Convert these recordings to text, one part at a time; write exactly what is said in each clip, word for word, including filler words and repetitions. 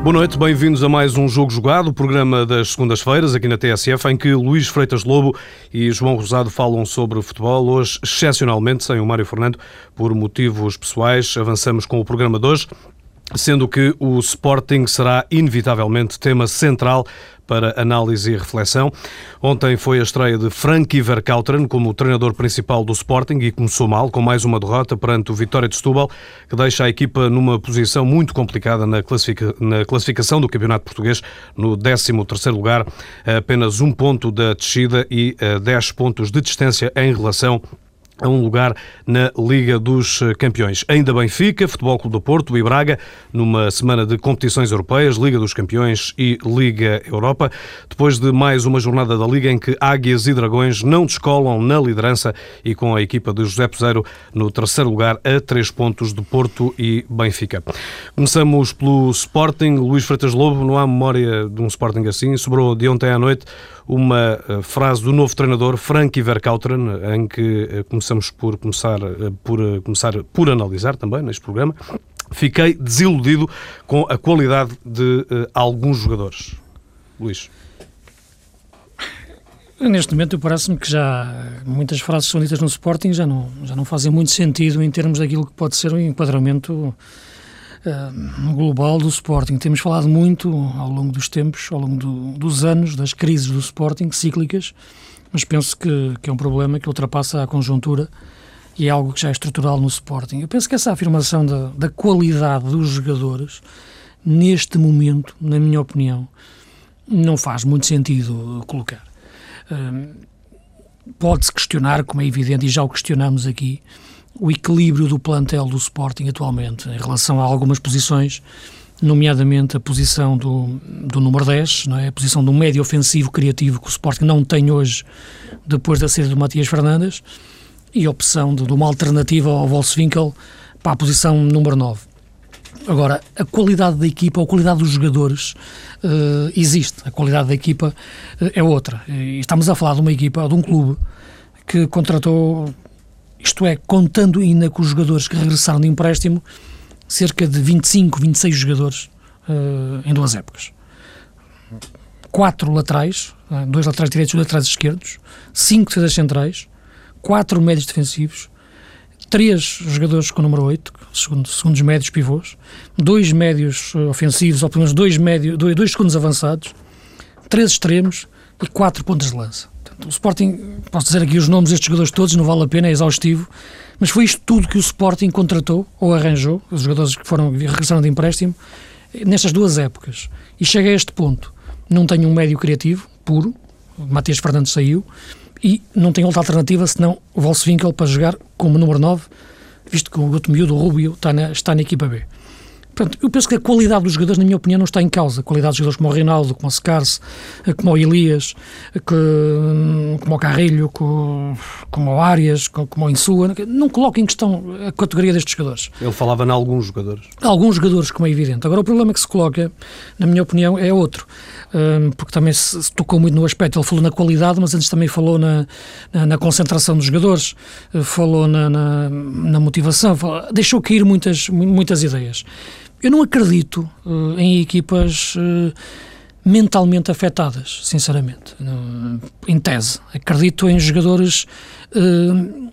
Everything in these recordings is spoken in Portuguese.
Boa noite, bem-vindos a mais um Jogo Jogado, o programa das segundas-feiras aqui na T S F, em que Luís Freitas Lobo e João Rosado falam sobre futebol, hoje excepcionalmente sem o Mário Fernando, por motivos pessoais. Avançamos com o programa de hoje, sendo que o Sporting será inevitavelmente tema central para análise e reflexão. Ontem foi a estreia de Frankie Vercauteren como treinador principal do Sporting e começou mal, com mais uma derrota perante o Vitória de Setúbal, que deixa a equipa numa posição muito complicada na, classifica... na classificação do Campeonato Português, no décimo terceiro lugar, a apenas um ponto da descida e dez pontos de distância em relação a um lugar na Liga dos Campeões. Ainda Benfica, Futebol Clube do Porto e Braga, numa semana de competições europeias, Liga dos Campeões e Liga Europa, depois de mais uma jornada da Liga em que Águias e Dragões não descolam na liderança e com a equipa de José Peseiro no terceiro lugar a três pontos de Porto e Benfica. Começamos pelo Sporting. Luís Freitas Lobo, não há memória de um Sporting assim. Sobrou de ontem à noite uma frase do novo treinador, Frankie Vercauteren, em que começamos por começar por, começar por analisar também neste programa. Fiquei desiludido com a qualidade de uh, alguns jogadores. Luís. Neste momento parece-me que já muitas frases que são ditas no Sporting já não, já não fazem muito sentido em termos daquilo que pode ser o enquadramento Uh, global do Sporting. Temos falado muito ao longo dos tempos, ao longo do, dos anos, das crises do Sporting, cíclicas, mas penso que, que é um problema que ultrapassa a conjuntura e é algo que já é estrutural no Sporting. Eu penso que essa afirmação da, da qualidade dos jogadores, neste momento, na minha opinião, não faz muito sentido colocar. Uh, pode-se questionar, como é evidente, e já o questionamos aqui, o equilíbrio do plantel do Sporting atualmente em relação a algumas posições, nomeadamente a posição do, do número dez, não é? A posição de um médio ofensivo criativo que o Sporting não tem hoje depois da saída do Matias Fernandes, e a opção de, de uma alternativa ao Wolfswinkel para a posição número nove. Agora, a qualidade da equipa, a qualidade dos jogadores uh, existe, a qualidade da equipa uh, é outra. E estamos a falar de uma equipa, de um clube que contratou, isto é, contando ainda com os jogadores que regressaram de empréstimo, cerca de vinte e cinco, vinte e seis jogadores uh, em duas épocas. Quatro laterais, uh, dois laterais direitos e dois laterais esquerdos, cinco defesas centrais, quatro médios defensivos, três jogadores com o número oito, segundo, segundo os médios pivôs, dois médios uh, ofensivos, ou pelo menos dois, médio, dois, dois segundos avançados, três extremos e quatro pontas de lança. O Sporting, posso dizer aqui os nomes destes jogadores todos, não vale a pena, é exaustivo, mas foi isto tudo que o Sporting contratou ou arranjou, os jogadores que foram, regressaram de empréstimo, nestas duas épocas. E chega a este ponto, não tem um médio criativo, puro, o Matias Fernandes saiu, e não tem outra alternativa senão o Wolfswinkel para jogar como número nove, visto que o outro miúdo, o Rubio, está na, está na equipa B. Portanto, eu penso que a qualidade dos jogadores, na minha opinião, não está em causa. A qualidade dos jogadores como o Reinaldo, como o Scarce, como o Elias, que, como o Carrilho, como, como o Arias, como o Insua, não coloco em questão a categoria destes jogadores. Ele falava em alguns jogadores. Alguns jogadores, como é evidente. Agora, o problema que se coloca, na minha opinião, é outro. Um, porque também se, se tocou muito no aspecto, ele falou na qualidade, mas antes também falou na, na, na concentração dos jogadores, falou na, na, na motivação, falou, deixou cair muitas, muitas ideias. Eu não acredito uh, em equipas uh, mentalmente afetadas, sinceramente, uh, em tese. Acredito em jogadores uh,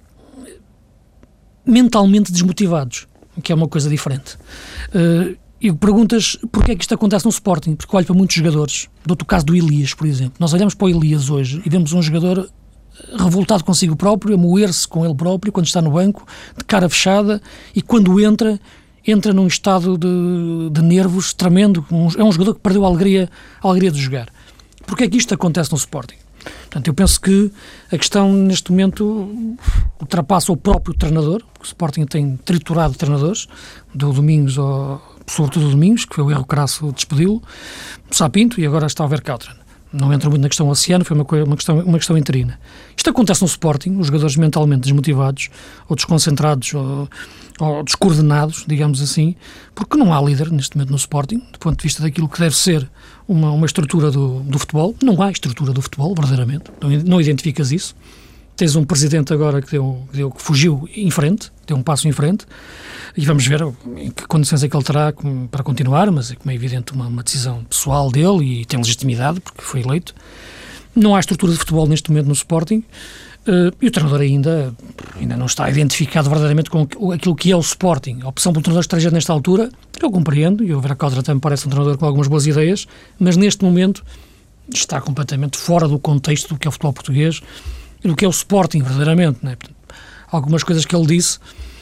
mentalmente desmotivados, que é uma coisa diferente. Uh, e perguntas porquê é que isto acontece no Sporting, porque olho para muitos jogadores, do outro caso do Elias, por exemplo. Nós olhamos para o Elias hoje e vemos um jogador revoltado consigo próprio, a moer-se com ele próprio, quando está no banco, de cara fechada, e quando entra... entra num estado de, de nervos tremendo, um, é um jogador que perdeu a alegria, a alegria de jogar. Porquê é que isto acontece no Sporting? Portanto, eu penso que a questão, neste momento, ultrapassa o próprio treinador, porque o Sporting tem triturado treinadores, do Domingos, ao, sobretudo o Domingos, que foi o erro crasso despedi-lo, o Sapinto, e agora está o Vercauteren. Não entro muito na questão oceano, foi uma, uma, questão, uma questão interina. Isto acontece no Sporting, os jogadores mentalmente desmotivados, ou desconcentrados, ou, ou descoordenados, digamos assim, porque não há líder neste momento no Sporting, do ponto de vista daquilo que deve ser uma, uma estrutura do, do futebol. Não há estrutura do futebol, verdadeiramente, não, não identificas isso. tens um presidente agora que, deu, que, deu, que fugiu em frente, deu um passo em frente, e vamos ver em que condições é que ele terá para continuar, mas é como é evidente uma, uma decisão pessoal dele e tem legitimidade, porque foi eleito. Não há estrutura de futebol neste momento no Sporting, uh, e o treinador ainda, ainda não está identificado verdadeiramente com aquilo que é o Sporting. A opção pelo treinador estrangeiro nesta altura, eu compreendo, e o Vercautren também parece um treinador com algumas boas ideias, mas neste momento está completamente fora do contexto do que é o futebol português e do que é o Sporting verdadeiramente, não é? Portanto, algumas coisas que ele disse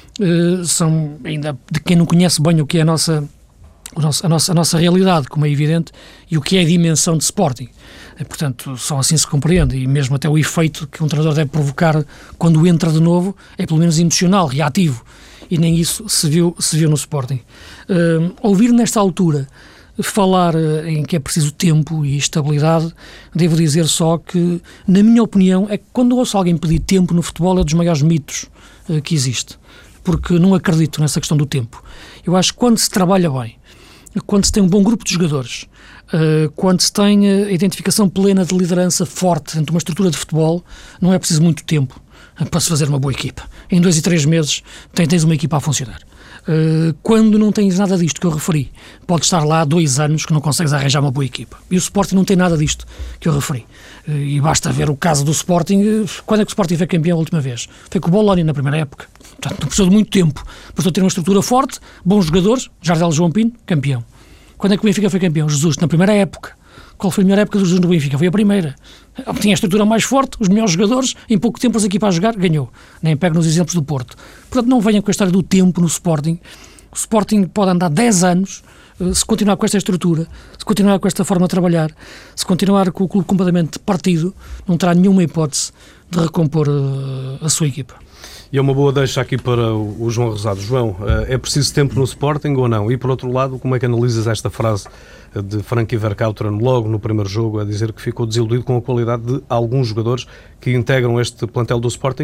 uh, são ainda de quem não conhece bem o que é a nossa, a nossa, a nossa, a nossa realidade, como é evidente, e o que é a dimensão de Sporting. E, portanto, só assim se compreende, e mesmo até o efeito que um treinador deve provocar quando entra de novo é pelo menos emocional, reativo, e nem isso se viu, se viu no Sporting. Uh, ouvir nesta altura falar uh, em que é preciso tempo e estabilidade, devo dizer só que, na minha opinião, é que quando ouço alguém pedir tempo no futebol é um dos maiores mitos uh, que existe, porque não acredito nessa questão do tempo. Eu acho que quando se trabalha bem, quando se tem um bom grupo de jogadores, uh, quando se tem a identificação plena de liderança forte dentro de uma estrutura de futebol, não é preciso muito tempo para se fazer uma boa equipa. Em dois e três meses tens uma equipa a funcionar. Uh, quando não tens nada disto que eu referi, pode estar lá há dois anos que não consegues arranjar uma boa equipa. E o Sporting não tem nada disto que eu referi. Uh, e basta ver o caso do Sporting. Uh, quando é que o Sporting foi campeão a última vez? Foi com o Bologna na primeira época. Portanto, não precisou de muito tempo. Precisou ter uma estrutura forte, bons jogadores, Jardel, João Pinto, campeão. Quando é que o Benfica foi campeão? Jesus, na primeira época. Qual foi a melhor época do Jesus no Benfica? Foi a primeira. Tinha a estrutura mais forte, os melhores jogadores, em pouco tempo as equipas a jogar, ganhou. Nem pego nos exemplos do Porto. Portanto, não venham com a história do tempo no Sporting. O Sporting pode andar dez anos, se continuar com esta estrutura, se continuar com esta forma de trabalhar, se continuar com o clube completamente partido, não terá nenhuma hipótese de recompor a sua equipa. E é uma boa deixa aqui para o João Rosado. João, é preciso tempo no Sporting ou não? E por outro lado, como é que analisas esta frase de Frankie Vercautren logo no primeiro jogo, a dizer que ficou desiludido com a qualidade de alguns jogadores que integram este plantel do Sporting,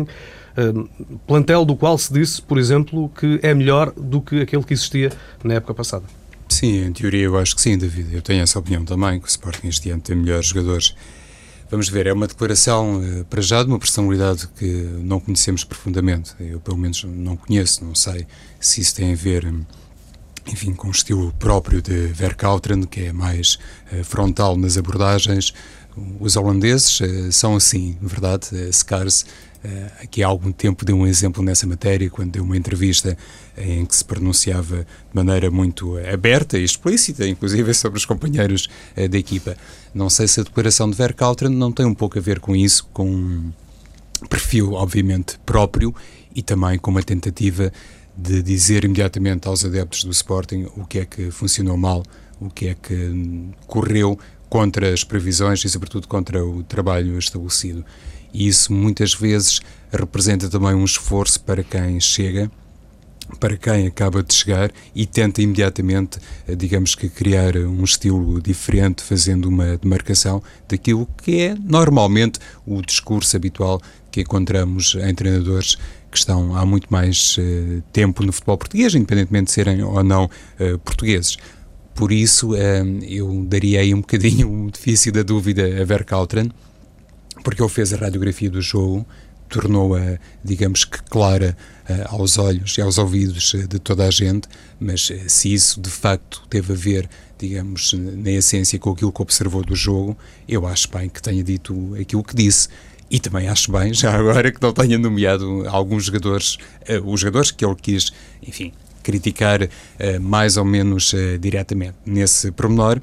plantel do qual se disse, por exemplo, que é melhor do que aquele que existia na época passada? Sim, em teoria eu acho que sim, David. Eu tenho essa opinião também, que o Sporting este ano tem melhores jogadores. Vamos ver, é uma declaração, para já, de uma personalidade que não conhecemos profundamente. Eu, pelo menos, não conheço, não sei se isso tem a ver, enfim, com o estilo próprio de Vercautren, que é mais uh, frontal nas abordagens. Os holandeses uh, são assim, verdade? Uh, Skars, uh, aqui há algum tempo, deu um exemplo nessa matéria, quando deu uma entrevista em que se pronunciava de maneira muito aberta e explícita, inclusive sobre os companheiros uh, da equipa. Não sei se a declaração de Vercautren não tem um pouco a ver com isso, com um perfil, obviamente, próprio e também com uma tentativa de dizer imediatamente aos adeptos do Sporting o que é que funcionou mal, o que é que correu contra as previsões e, sobretudo, contra o trabalho estabelecido. E isso, muitas vezes, representa também um esforço para quem chega, para quem acaba de chegar e tenta imediatamente, digamos que, criar um estilo diferente, fazendo uma demarcação daquilo que é, normalmente, o discurso habitual que encontramos em treinadores que estão há muito mais uh, tempo no futebol português, independentemente de serem ou não uh, portugueses. Por isso, uh, eu daria aí um bocadinho o difícil da dúvida a Vercautren, porque ele fez a radiografia do jogo, tornou-a, digamos que, clara uh, aos olhos e aos ouvidos uh, de toda a gente, mas uh, se isso de facto teve a ver, digamos, na essência com aquilo que observou do jogo, eu acho bem que tenha dito aquilo que disse. E também acho bem, já agora, que não tenha nomeado alguns jogadores, uh, os jogadores que ele quis, enfim, criticar uh, mais ou menos uh, diretamente. Nesse pormenor,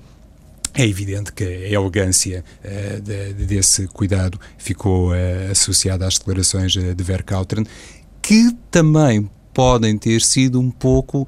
é evidente que a elegância uh, de, desse cuidado ficou uh, associada às declarações uh, de Vercautren, que também podem ter sido um pouco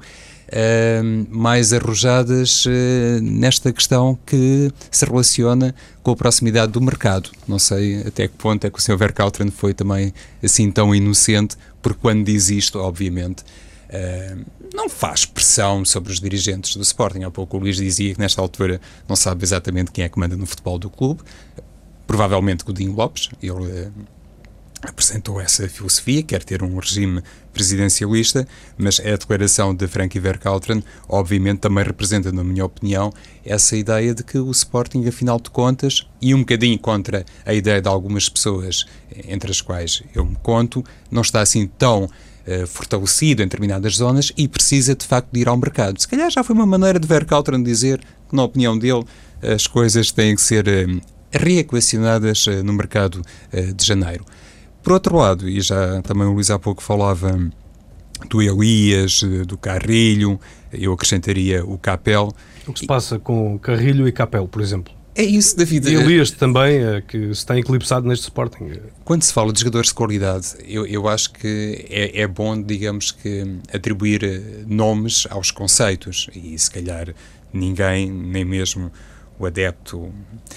Uh, mais arrojadas uh, nesta questão que se relaciona com a proximidade do mercado. Não sei até que ponto é que o senhor Vercautren foi também assim tão inocente, porque quando diz isto, obviamente, uh, não faz pressão sobre os dirigentes do Sporting. Há pouco o Luís dizia que nesta altura não sabe exatamente quem é que manda no futebol do clube, provavelmente Godinho Lopes. Ele uh, apresentou essa filosofia, quer ter um regime presidencialista, mas a declaração de Frankie Verkalteren obviamente também representa, na minha opinião, essa ideia de que o Sporting, afinal de contas, e um bocadinho contra a ideia de algumas pessoas, entre as quais eu me conto, não está assim tão uh, fortalecido em determinadas zonas e precisa de facto de ir ao mercado. Se calhar já foi uma maneira de Verkalteren dizer que, na opinião dele, as coisas têm que ser uh, reequacionadas uh, no mercado uh, de janeiro. Por outro lado, e já também o Luís há pouco falava do Elias, do Carrilho, eu acrescentaria o Capel. O que se passa com Carrilho e Capel, por exemplo? É isso, David. E Elias também, que se tem eclipsado neste Sporting. Quando se fala de jogadores de qualidade, eu, eu acho que é, é bom, digamos que, atribuir nomes aos conceitos. E se calhar ninguém, nem mesmo o adepto,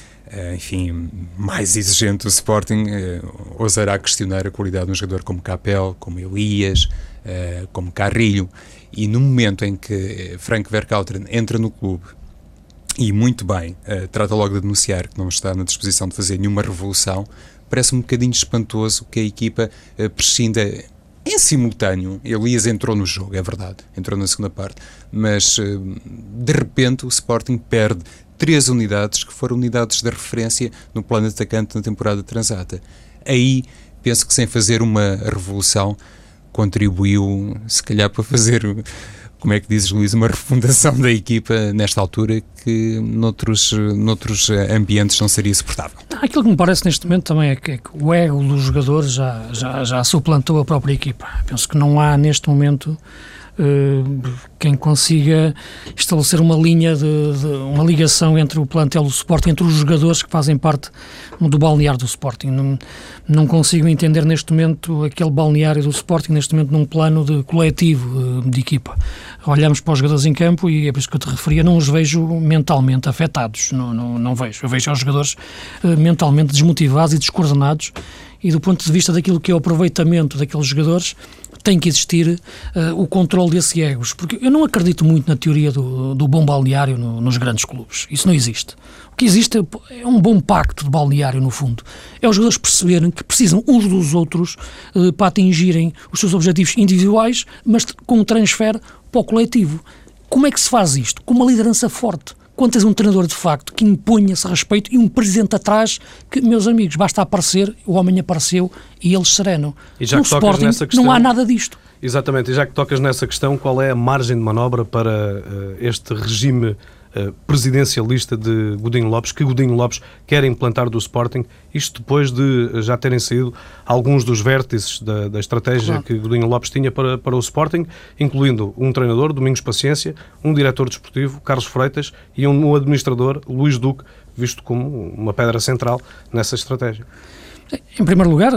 enfim, mais exigente do Sporting, ousará questionar a qualidade de um jogador como Capel, como Elias, como Carrilho. E no momento em que Frank Verkalteren entra no clube e, muito bem, uh, trata logo de denunciar que não está na disposição de fazer nenhuma revolução, parece um bocadinho espantoso que a equipa uh, prescinda em simultâneo. Elias entrou no jogo, é verdade, entrou na segunda parte, mas uh, de repente o Sporting perde três unidades que foram unidades de referência no plano atacante na temporada transata. Aí, penso que sem fazer uma revolução, contribuiu, se calhar, para fazer, como é que dizes, Luís, uma refundação da equipa nesta altura que noutros, noutros ambientes não seria suportável. Aquilo que me parece neste momento também é que, é que o ego dos jogadores já, já, já suplantou a própria equipa. Penso que não há neste momento uh, quem consiga estabelecer uma linha, de, de uma ligação entre o plantel do Sporting, entre os jogadores que fazem parte do balneário do Sporting. Não, não consigo entender neste momento aquele balneário do Sporting, neste momento num plano de coletivo, de equipa. Olhamos para os jogadores em campo e é por isso que eu te referia, não os vejo mentalmente afetados, não, não, não vejo. Eu vejo os jogadores uh, mentalmente desmotivados e descoordenados, e do ponto de vista daquilo que é o aproveitamento daqueles jogadores, tem que existir uh, o controle desses egos, porque eu não acredito muito na teoria do, do bom balneário no, nos grandes clubes. Isso não existe. O que existe é um bom pacto de balneário, no fundo. É os jogadores perceberem que precisam uns dos outros uh, para atingirem os seus objetivos individuais, mas com um transfer para o coletivo. Como é que se faz isto? Com uma liderança forte. Quando tens um treinador de facto que impõe esse respeito e um presidente atrás que, meus amigos, basta aparecer, o homem apareceu e eles serenam. E já no que tocas Sporting nessa questão, não há nada disto. Exatamente, e já que tocas nessa questão, qual é a margem de manobra para uh, este regime uh, presidencialista de Godinho Lopes, que Godinho Lopes quer implantar do Sporting, isto depois de já terem saído alguns dos vértices da, da estratégia claro. que Godinho Lopes tinha para, para o Sporting, incluindo um treinador, Domingos Paciência, um diretor desportivo, Carlos Freitas, e um, um administrador, Luís Duque, visto como uma pedra central nessa estratégia. Em primeiro lugar,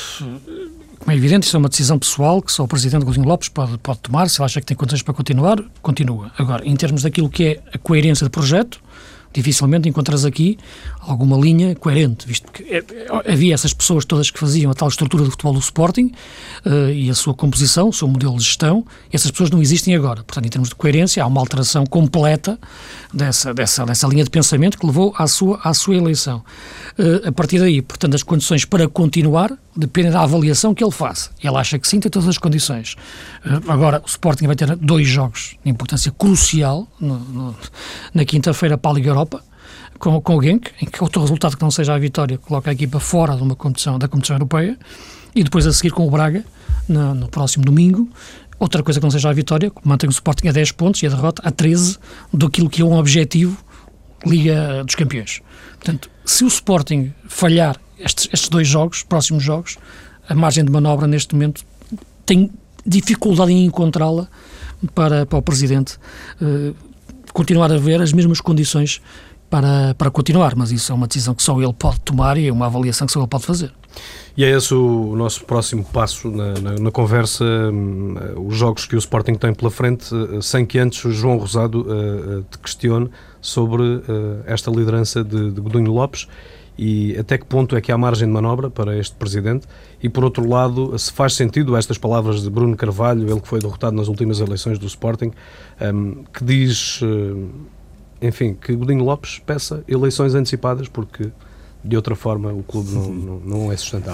como é evidente, isso é uma decisão pessoal que só o Presidente Godinho Lopes pode, pode tomar. Se ele acha que tem condições para continuar, continua. Agora, em termos daquilo que é a coerência de projeto, dificilmente encontras aqui alguma linha coerente, visto que havia essas pessoas todas que faziam a tal estrutura do futebol do Sporting uh, e a sua composição, o seu modelo de gestão, e essas pessoas não existem agora. Portanto, em termos de coerência, há uma alteração completa dessa, dessa, dessa linha de pensamento que levou à sua, à sua eleição. Uh, a partir daí, portanto, as condições para continuar dependem da avaliação que ele faça. Ele acha que sim, tem todas as condições. Uh, agora, o Sporting vai ter dois jogos de importância crucial no, no, na quinta-feira para a Liga Europa, com, com o Genk, em que outro resultado que não seja a vitória coloca a equipa fora de uma competição, da competição europeia, e depois a seguir com o Braga, no, no próximo domingo. Outra coisa que não seja a vitória, mantém o Sporting a dez pontos e a derrota a treze daquilo que é um objetivo Liga dos Campeões. Portanto, se o Sporting falhar estes, estes dois jogos, próximos jogos, a margem de manobra neste momento tem dificuldade em encontrá-la para, para o Presidente uh, continuar a ver as mesmas condições para, para continuar, mas isso é uma decisão que só ele pode tomar e é uma avaliação que só ele pode fazer. E é esse o nosso próximo passo na, na, na conversa, um, os jogos que o Sporting tem pela frente, uh, sem que antes o João Rosado uh, uh, te questione sobre uh, esta liderança de, de Godinho Lopes e até que ponto é que há margem de manobra para este Presidente, e por outro lado, se faz sentido estas palavras de Bruno Carvalho, ele que foi derrotado nas últimas eleições do Sporting, um, que diz, uh, enfim, que Godinho Lopes peça eleições antecipadas porque de outra forma o clube não, não, não é sustentável.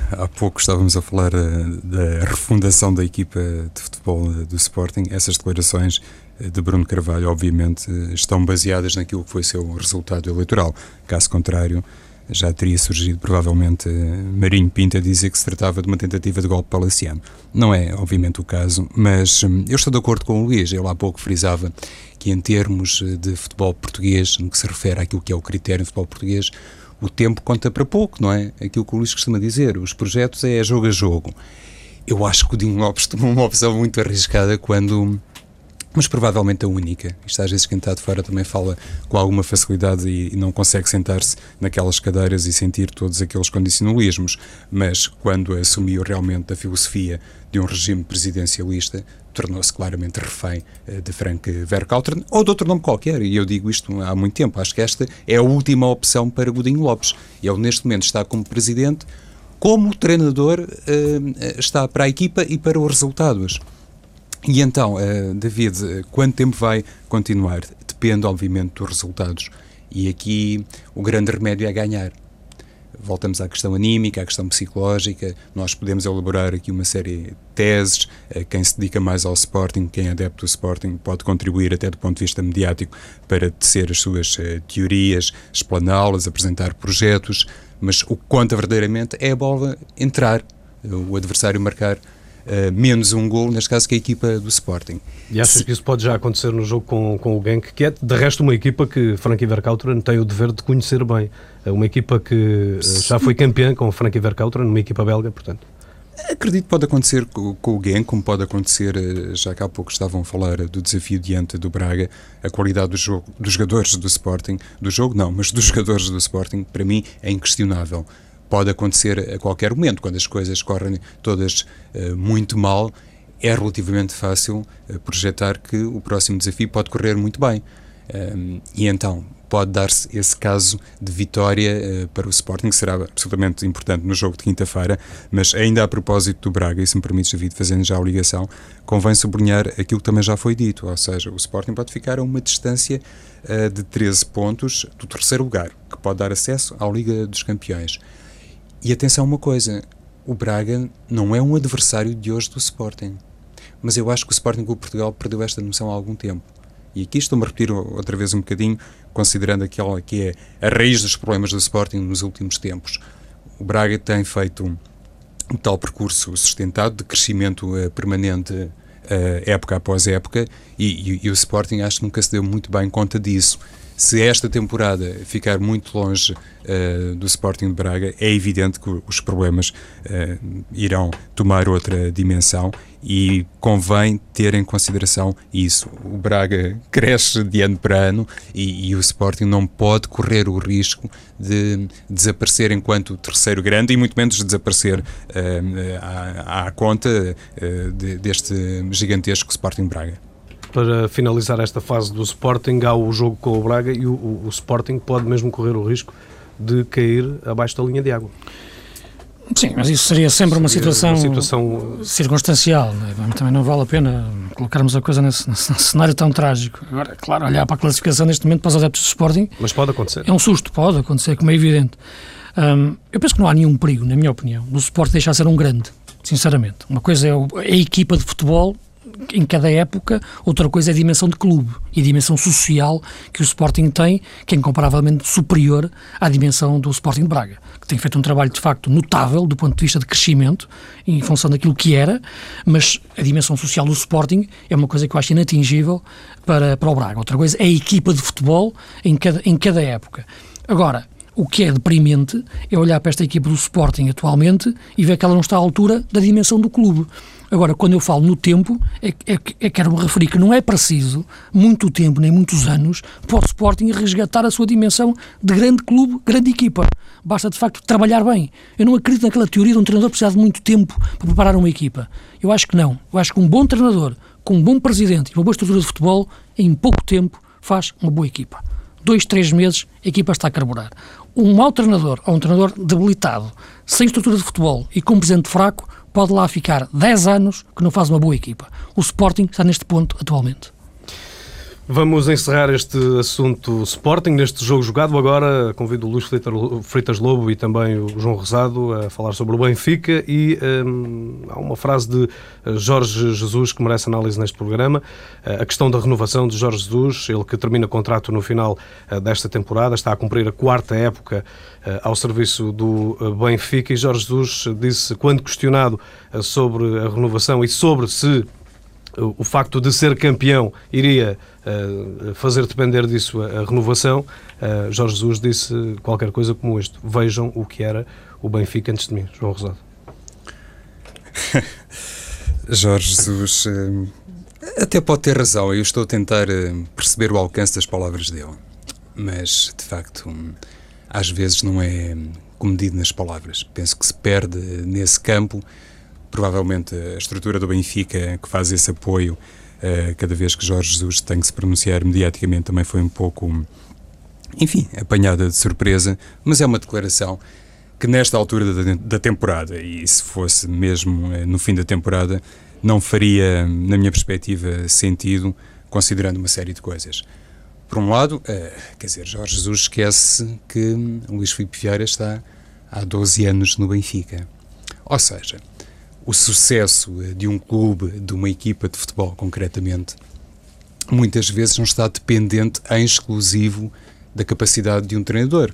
há pouco estávamos a falar uh, da refundação da equipa de futebol uh, do Sporting. Essas declarações uh, de Bruno Carvalho, obviamente, uh, estão baseadas naquilo que foi seu resultado eleitoral. Caso contrário, já teria surgido provavelmente uh, Marinho Pinto a dizer que se tratava de uma tentativa de golpe palaciano. Não é, obviamente, o caso, mas um, eu estou de acordo com o Luís. Ele há pouco frisava que, em termos de futebol português, no que se refere àquilo que é o critério de futebol português, o tempo conta para pouco, não é? Aquilo que o Luís costuma dizer, os projetos é jogo a jogo. Eu acho que o Dinho Lopes tomou uma opção muito arriscada quando, mas provavelmente a única, isto às vezes quem está de fora também fala com alguma facilidade e, e não consegue sentar-se naquelas cadeiras e sentir todos aqueles condicionalismos, mas quando assumiu realmente a filosofia de um regime presidencialista, tornou-se claramente refém uh, de Frank Vercauteren ou de outro nome qualquer, e eu digo isto há muito tempo. Acho que esta é a última opção para Godinho Lopes. Ele neste momento está como presidente, como treinador uh, está para a equipa e para os resultados. E então, uh, David, uh, quanto tempo vai continuar? Depende, obviamente, dos resultados. E aqui o grande remédio é ganhar. Voltamos à questão anímica, à questão psicológica. Nós podemos elaborar aqui uma série de teses. Quem se dedica mais ao Sporting, quem é adepto do Sporting, pode contribuir até do ponto de vista mediático para tecer as suas uh, teorias, explaná-las, apresentar projetos, mas o que conta verdadeiramente é a bola entrar, o adversário marcar Uh, menos um gol, neste caso que é a equipa do Sporting. E achas Se... que isso pode já acontecer no jogo com, com o Genk, que é de resto uma equipa que Frank Vercauteren tem o dever de conhecer bem, uma equipa que uh, já foi campeã com o Frank Vercauteren, uma equipa belga, portanto. Acredito que pode acontecer com, com o Genk, como pode acontecer, já que há pouco estavam a falar do desafio diante do Braga, a qualidade do jogo, dos jogadores do Sporting, do jogo não, mas dos jogadores do Sporting, para mim é inquestionável. Pode acontecer a qualquer momento, quando as coisas correm todas uh, muito mal, é relativamente fácil uh, projetar que o próximo desafio pode correr muito bem. Um, e então pode dar-se esse caso de vitória uh, para o Sporting, que será absolutamente importante no jogo de quinta-feira, mas ainda a propósito do Braga, e se me permites, David, fazendo já a ligação, convém sublinhar aquilo que também já foi dito, ou seja, o Sporting pode ficar a uma distância uh, de treze pontos do terceiro lugar, que pode dar acesso à Liga dos Campeões. E atenção a uma coisa, o Braga não é um adversário de hoje do Sporting, mas eu acho que o Sporting Clube Portugal perdeu esta noção há algum tempo. E aqui estou-me a repetir outra vez um bocadinho, considerando aquela que é a raiz dos problemas do Sporting nos últimos tempos. O Braga tem feito um, um tal percurso sustentado de crescimento uh, permanente uh, época após época e, e, e o Sporting acho que nunca se deu muito bem conta disso. Se esta temporada ficar muito longe uh, do Sporting de Braga, é evidente que os problemas uh, irão tomar outra dimensão e convém ter em consideração isso. O Braga cresce de ano para ano e, e o Sporting não pode correr o risco de desaparecer enquanto terceiro grande e muito menos desaparecer uh, à, à conta uh, de, deste gigantesco Sporting de Braga. Para finalizar esta fase do Sporting, há o jogo com o Braga e o, o, o Sporting pode mesmo correr o risco de cair abaixo da linha de água. Sim, mas isso seria sempre seria uma, situação uma situação circunstancial. Não é? Também não vale a pena colocarmos a coisa nesse, nesse cenário tão trágico. Agora, claro, olhar para a classificação neste momento para os adeptos do Sporting... Mas pode acontecer. É um susto, pode acontecer, como é evidente. Um, eu penso que não há nenhum perigo, na minha opinião, do Sporting deixar de ser um grande, sinceramente. Uma coisa é a equipa de futebol em cada época, outra coisa é a dimensão de clube e a dimensão social que o Sporting tem, que é incomparavelmente superior à dimensão do Sporting de Braga, que tem feito um trabalho de facto notável do ponto de vista de crescimento em função daquilo que era, mas a dimensão social do Sporting é uma coisa que eu acho inatingível para, para o Braga. Outra coisa é a equipa de futebol em cada, em cada época. Agora, o que é deprimente é olhar para esta equipa do Sporting atualmente e ver que ela não está à altura da dimensão do clube. Agora, quando eu falo no tempo, é, é, é quero-me referir que não é preciso muito tempo, nem muitos anos, para o Sporting resgatar a sua dimensão de grande clube, grande equipa. Basta, de facto, trabalhar bem. Eu não acredito naquela teoria de um treinador precisar de muito tempo para preparar uma equipa. Eu acho que não. Eu acho que um bom treinador, com um bom presidente e uma boa estrutura de futebol, em pouco tempo, faz uma boa equipa. Dois, três meses, a equipa está a carburar. Um mau treinador, ou um treinador debilitado, sem estrutura de futebol e com um presidente fraco, pode lá ficar dez anos que não faz uma boa equipa. O Sporting está neste ponto atualmente. Vamos encerrar este assunto Sporting, neste jogo jogado. Agora convido o Luís Freitas Lobo e também o João Rosado a falar sobre o Benfica e hum, há uma frase de Jorge Jesus que merece análise neste programa. A questão da renovação de Jorge Jesus, ele que termina contrato no final desta temporada, está a cumprir a quarta época ao serviço do Benfica e Jorge Jesus disse, quando questionado sobre a renovação e sobre se o facto de ser campeão iria uh, fazer depender disso a, a renovação, uh, Jorge Jesus disse qualquer coisa como isto: vejam o que era o Benfica antes de mim. João Rosado. Jorge Jesus uh, até pode ter razão, eu estou a tentar uh, perceber o alcance das palavras dele, mas de facto um, às vezes não é comedido nas palavras. Penso que se perde nesse campo. Provavelmente a estrutura do Benfica que faz esse apoio uh, cada vez que Jorge Jesus tem que se pronunciar mediaticamente também foi um pouco, enfim, apanhada de surpresa, mas é uma declaração que nesta altura da, da temporada, e se fosse mesmo uh, no fim da temporada, não faria, na minha perspectiva, sentido, considerando uma série de coisas. Por um lado, uh, quer dizer, Jorge Jesus esquece que Luís Filipe Vieira está há doze anos no Benfica. Ou seja, o sucesso de um clube, de uma equipa de futebol concretamente, muitas vezes não está dependente em exclusivo da capacidade de um treinador.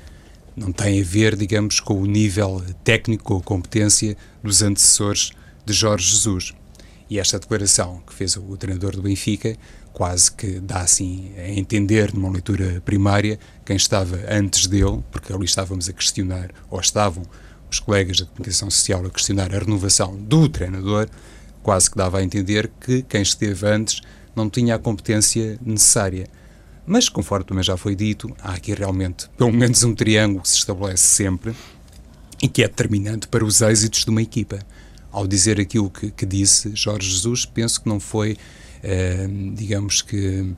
Não tem a ver, digamos, com o nível técnico ou competência dos antecessores de Jorge Jesus. E esta declaração que fez o treinador do Benfica quase que dá assim a entender, numa leitura primária, quem estava antes dele, porque ali estávamos a questionar, ou estavam os colegas da comunicação social a questionar a renovação do treinador, quase que dava a entender que quem esteve antes não tinha a competência necessária. Mas, conforme também já foi dito, há aqui realmente pelo menos um triângulo que se estabelece sempre e que é determinante para os êxitos de uma equipa. Ao dizer aquilo que, que disse Jorge Jesus, penso que não foi, eh, digamos que,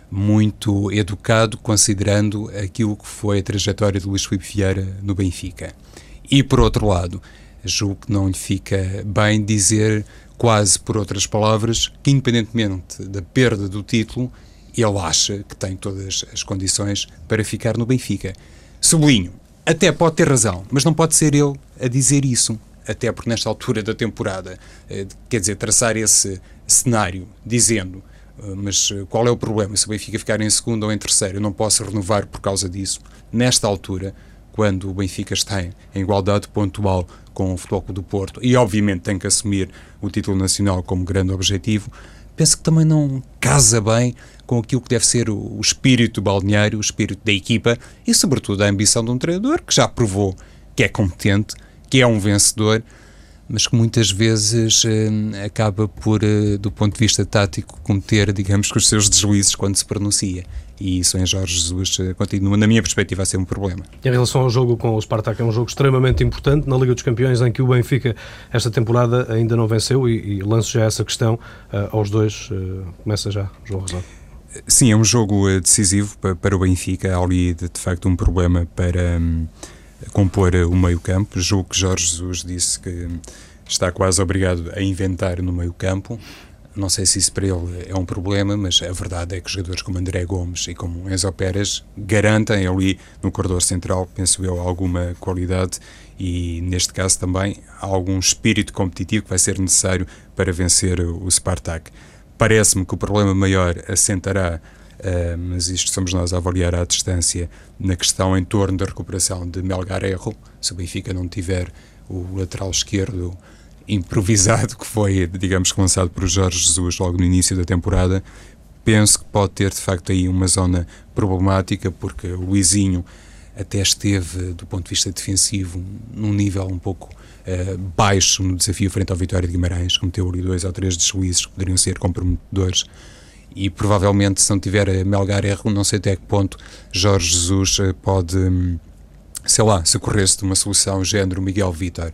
muito educado, considerando aquilo que foi a trajetória de Luís Filipe Vieira no Benfica. E, por outro lado, julgo que não lhe fica bem dizer, quase por outras palavras, que independentemente da perda do título, ele acha que tem todas as condições para ficar no Benfica. Sublinho, até pode ter razão, mas não pode ser ele a dizer isso, até porque nesta altura da temporada, quer dizer, traçar esse cenário dizendo, mas qual é o problema se o Benfica ficar em segundo ou em terceiro, eu não posso renovar por causa disso, nesta altura, quando o Benfica está em igualdade pontual com o Futebol Clube do Porto e obviamente tem que assumir o título nacional como grande objetivo, penso que também não casa bem com aquilo que deve ser o, o espírito balneário, o espírito da equipa e sobretudo a ambição de um treinador que já provou que é competente, que é um vencedor, mas que muitas vezes eh, acaba por, eh, do ponto de vista tático, cometer, digamos, que os seus deslizes quando se pronuncia. E isso em Jorge Jesus eh, continua, na minha perspectiva, a ser um problema. E em relação ao jogo com o Spartak, é um jogo extremamente importante na Liga dos Campeões, em que o Benfica, esta temporada, ainda não venceu, e, e lanço já essa questão uh, aos dois. Uh, começa já, João Rosado. Sim, é um jogo uh, decisivo para, para o Benfica. Há ali, de, de facto, um problema para um, compor uh, o meio-campo. Julgo que Jorge Jesus disse que está quase obrigado a inventar no meio-campo. Não sei se isso para ele é um problema, mas a verdade é que jogadores como André Gomes e como Enzo Pérez garantem ali no corredor central, penso eu, alguma qualidade e, neste caso, também algum espírito competitivo que vai ser necessário para vencer o Spartak. Parece-me que o problema maior assentará, uh, mas isto somos nós a avaliar à distância, na questão em torno da recuperação de Melgar Erro. Se o Benfica não tiver o lateral esquerdo improvisado que foi, digamos, lançado por Jorge Jesus logo no início da temporada, penso que pode ter de facto aí uma zona problemática, porque o Luizinho até esteve, do ponto de vista defensivo, num nível um pouco uh, baixo no desafio frente ao Vitória de Guimarães, cometeu ali dois ou três deslizes que poderiam ser comprometedores e provavelmente se não tiver a Melgar erro, não sei até que ponto Jorge Jesus uh, pode, um, sei lá, socorrer-se de uma solução género Miguel Vítor,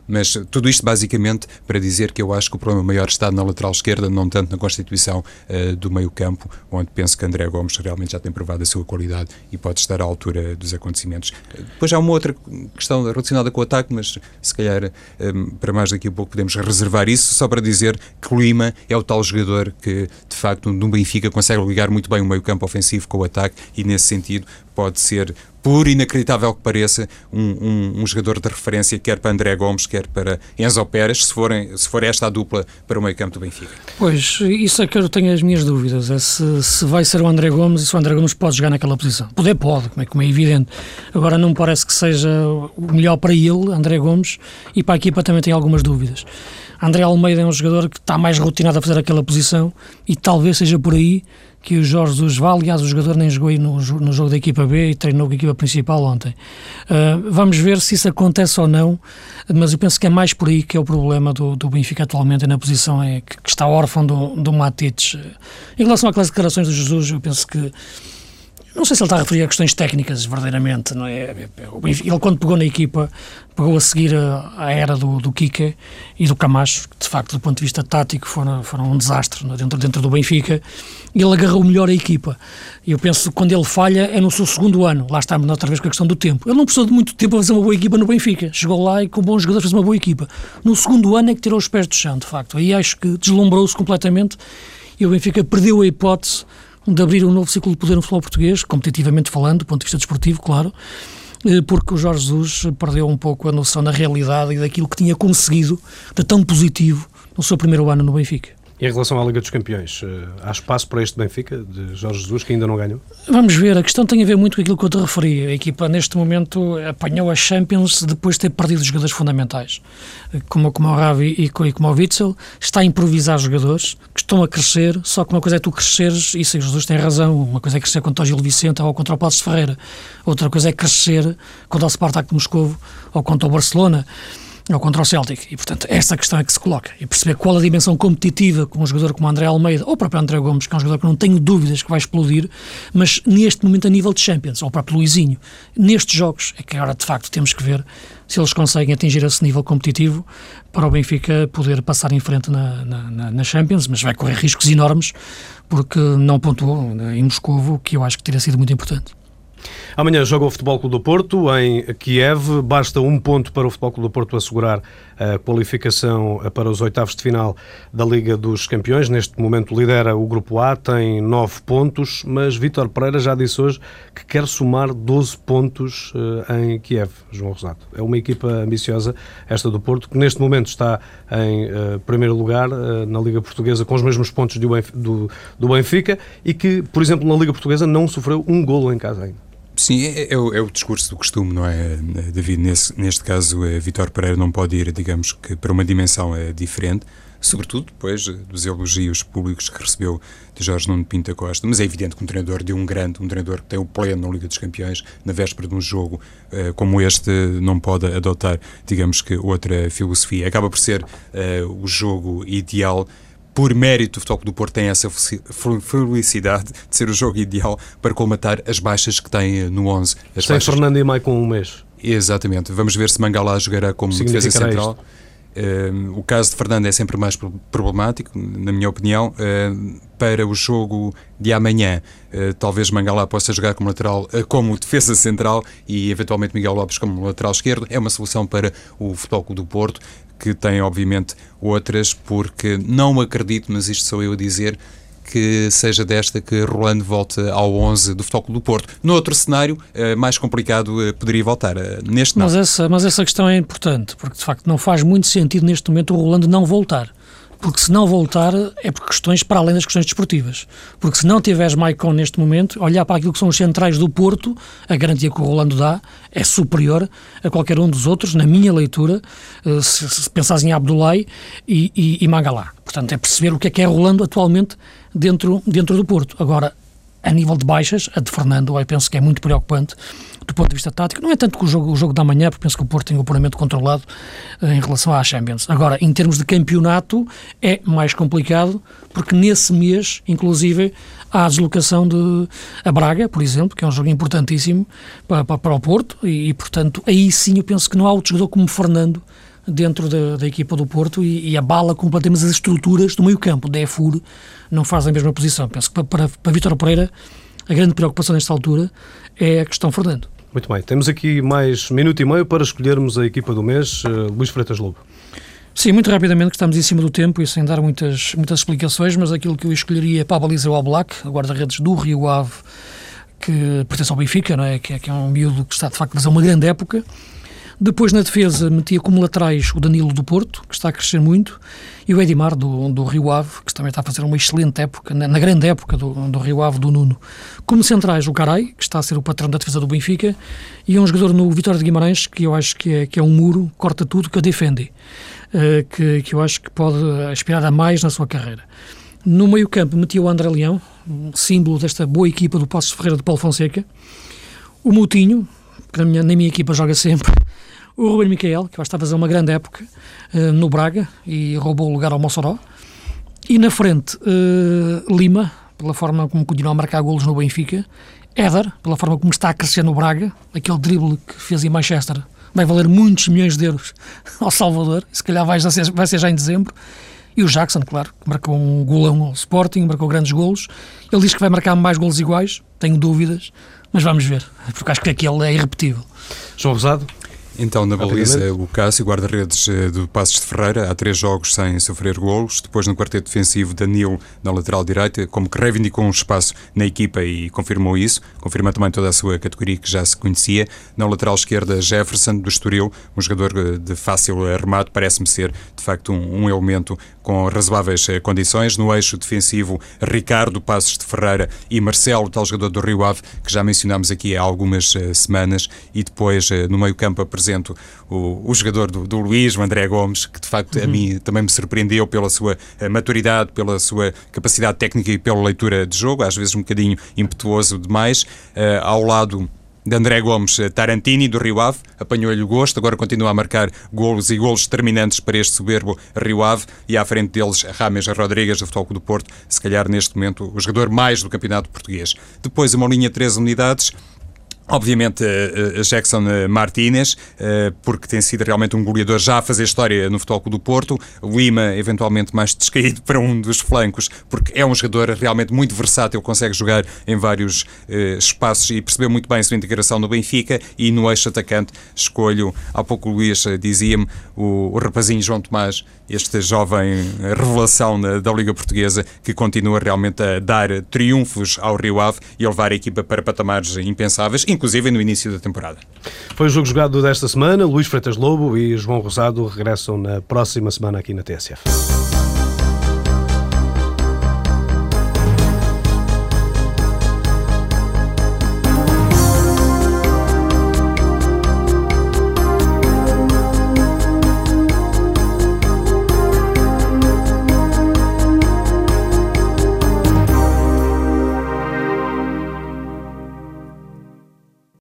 Mas tudo isto basicamente para dizer que eu acho que o problema maior está na lateral esquerda, não tanto na constituição uh, do meio campo, onde penso que André Gomes realmente já tem provado a sua qualidade e pode estar à altura dos acontecimentos. Depois há uma outra questão relacionada com o ataque, mas se calhar um, para mais daqui a pouco podemos reservar isso, só para dizer que o Lima é o tal jogador que de facto no Benfica consegue ligar muito bem o meio campo ofensivo com o ataque e nesse sentido pode ser, por inacreditável que pareça, um, um, um jogador de referência quer para André Gomes, quer para Enzo Pérez, se, forem, se for esta a dupla para o meio campo do Benfica. Pois, isso é que eu tenho as minhas dúvidas, é se, se vai ser o André Gomes e se o André Gomes pode jogar naquela posição. Poder pode, como é, como é evidente. Agora não me parece que seja o melhor para ele, André Gomes, e para a equipa também tem algumas dúvidas. André Almeida é um jogador que está mais rotinado a fazer aquela posição e talvez seja por aí que o Jorge Jesus vá. Aliás, o jogador nem jogou aí no, no jogo da equipa B e treinou com a equipa principal ontem. Uh, vamos ver se isso acontece ou não, mas eu penso que é mais por aí que é o problema do, do Benfica atualmente, na posição é que, que está órfão do, do Matites. Em relação àquelas declarações do Jesus, eu penso que não sei se ele está a referir a questões técnicas, verdadeiramente, não é? Ele, quando pegou na equipa, pegou a seguir a, a era do, do Kike e do Camacho, que de facto, do ponto de vista tático, foram, foram um desastre dentro, dentro do Benfica, e ele agarrou melhor a equipa. E eu penso que quando ele falha é no seu segundo ano. Lá estamos outra vez com a questão do tempo. Ele não precisou de muito tempo para fazer uma boa equipa no Benfica. Chegou lá e com bons jogadores fez uma boa equipa. No segundo ano é que tirou os pés do chão, de facto. Aí acho que deslumbrou-se completamente e o Benfica perdeu a hipótese de abrir um novo ciclo de poder no futebol português, competitivamente falando, do ponto de vista desportivo, claro, porque o Jorge Jesus perdeu um pouco a noção da realidade e daquilo que tinha conseguido de tão positivo no seu primeiro ano no Benfica. E em relação à Liga dos Campeões, há espaço para este Benfica, de Jorge Jesus, que ainda não ganhou? Vamos ver, a questão tem a ver muito com aquilo que eu te referi. A equipa, neste momento, apanhou a Champions depois de ter perdido jogadores fundamentais, como, como o Ravi e como o Witzel. Está a improvisar jogadores que estão a crescer, só que uma coisa é tu cresceres, e se Jesus tem razão, uma coisa é crescer contra o Gil Vicente ou contra o Passos de Ferreira, outra coisa é crescer contra o Spartak de Moscovo ou contra o Barcelona, ou contra o Celtic, e portanto essa questão é que se coloca, e perceber qual a dimensão competitiva com um jogador como André Almeida, ou o próprio André Gomes, que é um jogador que não tenho dúvidas que vai explodir, mas neste momento a nível de Champions, ou o próprio Luizinho, nestes jogos é que agora de facto temos que ver se eles conseguem atingir esse nível competitivo para o Benfica poder passar em frente na, na, na Champions, mas vai correr riscos enormes, porque não pontuou em Moscovo, que eu acho que teria sido muito importante. Amanhã joga o Futebol Clube do Porto em Kiev. Basta um ponto para o Futebol Clube do Porto assegurar a qualificação para os oitavos de final da Liga dos Campeões. Neste momento lidera o Grupo A, tem nove pontos, mas Vítor Pereira já disse hoje que quer somar doze pontos em Kiev, João Rosado. É uma equipa ambiciosa, esta do Porto, que neste momento está em uh, primeiro lugar uh, na Liga Portuguesa com os mesmos pontos do, do, do Benfica e que, por exemplo, na Liga Portuguesa não sofreu um golo em casa ainda. Sim, é, é, o, é o discurso do costume, não é, David? Nesse, neste caso, é, Vítor Pereira não pode ir, digamos que, para uma dimensão é, diferente, sobretudo depois dos elogios públicos que recebeu de Jorge Nuno Pinto da Costa, mas é evidente que um treinador de um grande, um treinador que tem o pleno na Liga dos Campeões, na véspera de um jogo uh, como este, não pode adotar, digamos que, outra filosofia. Acaba por ser uh, o jogo ideal. Por mérito, o Futebol Clube do Porto tem essa felicidade de ser o jogo ideal para colmatar as baixas que tem no onze. As Sem baixas... Fernando e Mai com um mês. Exatamente. Vamos ver se Mangala jogará como defesa central. Uh, o caso de Fernando é sempre mais problemático, na minha opinião. Uh, para o jogo de amanhã, uh, talvez Mangala possa jogar como lateral, uh, como defesa central e eventualmente Miguel Lopes como lateral esquerdo. É uma solução para o Futebol Clube do Porto, que tem obviamente outras, porque não acredito, mas isto sou eu a dizer, que seja desta que Rolando volta ao onze do Futebol Clube do Porto. No outro cenário, mais complicado, poderia voltar. Neste não. Mas essa, mas essa questão é importante, porque de facto não faz muito sentido neste momento o Rolando não voltar. Porque se não voltar é por questões para além das questões desportivas. Porque se não tiveres Maicon neste momento, olhar para aquilo que são os centrais do Porto, a garantia que o Rolando dá é superior a qualquer um dos outros, na minha leitura, se, se pensares em Abdoulaye e, e, e Mangala. Portanto, é perceber o que é que é Rolando atualmente dentro, dentro do Porto. Agora, a nível de baixas, a de Fernando, eu penso que é muito preocupante do ponto de vista tático. Não é tanto que o jogo, o jogo da manhã, porque penso que o Porto tem o apuramento controlado eh, em relação à Champions. Agora, em termos de campeonato, é mais complicado, porque nesse mês, inclusive, há a deslocação de a Braga, por exemplo, que é um jogo importantíssimo para, para, para o Porto, e, e, portanto, aí sim eu penso que não há outro jogador como Fernando dentro da, da equipa do Porto e, e abala completamente as estruturas do meio-campo. O Defur não faz a mesma posição. Penso que para, para, para Vítor Pereira a grande preocupação nesta altura é a questão Fernando. Muito bem, temos aqui mais minuto e meio para escolhermos a equipa do mês. Uh, Luís Freitas Lobo. Sim, muito rapidamente, que estamos em cima do tempo e sem dar muitas, muitas explicações, mas aquilo que eu escolheria para a baliza é o Oblak, o guarda-redes do Rio Ave, que pertence ao Benfica, não é? Que, é, que é um miúdo que está de facto a fazer uma grande época. Depois na defesa metia como laterais o Danilo do Porto, que está a crescer muito, e o Edimar do, do Rio Ave, que também está a fazer uma excelente época, na, na grande época do, do Rio Ave, do Nuno. Como centrais o Carai, que está a ser o patrão da defesa do Benfica, e um jogador no Vitória de Guimarães, que eu acho que é, que é um muro, corta tudo, que a defende, uh, que, que eu acho que pode aspirar a mais na sua carreira. No meio campo metia o André Leão, símbolo desta boa equipa do Passos de Ferreira de Paulo Fonseca, o Moutinho, que na minha, na minha equipa joga sempre, o Ruben Miquel, que vai estar a fazer uma grande época uh, no Braga e roubou o lugar ao Mossoró, e na frente uh, Lima, pela forma como continua a marcar golos no Benfica, Éder, pela forma como está a crescer no Braga, aquele drible que fez em Manchester vai valer muitos milhões de euros ao Salvador, se calhar vai, já ser, vai ser já em dezembro, e o Jackson, claro, que marcou um golão ao Sporting, marcou grandes golos. Ele diz que vai marcar mais golos iguais, tenho dúvidas, mas vamos ver, porque acho que aquele é irrepetível. João Rosado? Então, na baliza, o Cássio, guarda-redes do Passos de Ferreira, há três jogos sem sofrer golos. Depois, no quarteto defensivo, Danilo na lateral direita, como que reivindicou um espaço na equipa e confirmou isso. Confirma também toda a sua categoria que já se conhecia. Na lateral esquerda, Jefferson, do Estoril, um jogador de fácil remate, parece-me ser, de facto, um, um elemento com razoáveis condições. No eixo defensivo, Ricardo Passos de Ferreira e Marcelo, tal jogador do Rio Ave, que já mencionámos aqui há algumas uh, semanas. E depois, uh, no meio-campo, apresenta O, o jogador do, do Luís, o André Gomes, que de facto uhum. a mim também me surpreendeu pela sua maturidade, pela sua capacidade técnica e pela leitura de jogo, às vezes um bocadinho impetuoso demais. Uh, ao lado de André Gomes, Tarantini, do Rio Ave, apanhou-lhe o gosto, agora continua a marcar golos e golos determinantes para este soberbo Rio Ave, e à frente deles Rames Rodrigues, do Futebol Clube do Porto, se calhar neste momento o jogador mais do campeonato português. Depois uma linha de três unidades. Obviamente uh, Jackson Martínez, uh, porque tem sido realmente um goleador já a fazer história no Futebol Clube do Porto. Lima, eventualmente mais descaído para um dos flancos, porque é um jogador realmente muito versátil, consegue jogar em vários uh, espaços e percebeu muito bem a sua integração no Benfica. E no eixo atacante escolho, há pouco o Luís uh, dizia-me, o, o rapazinho João Tomás, este jovem revelação da, da Liga Portuguesa, que continua realmente a dar triunfos ao Rio Ave e a levar a equipa para patamares impensáveis, inclusive no início da temporada. Foi o jogo jogado desta semana. Luís Freitas Lobo e João Rosado regressam na próxima semana aqui na T S F.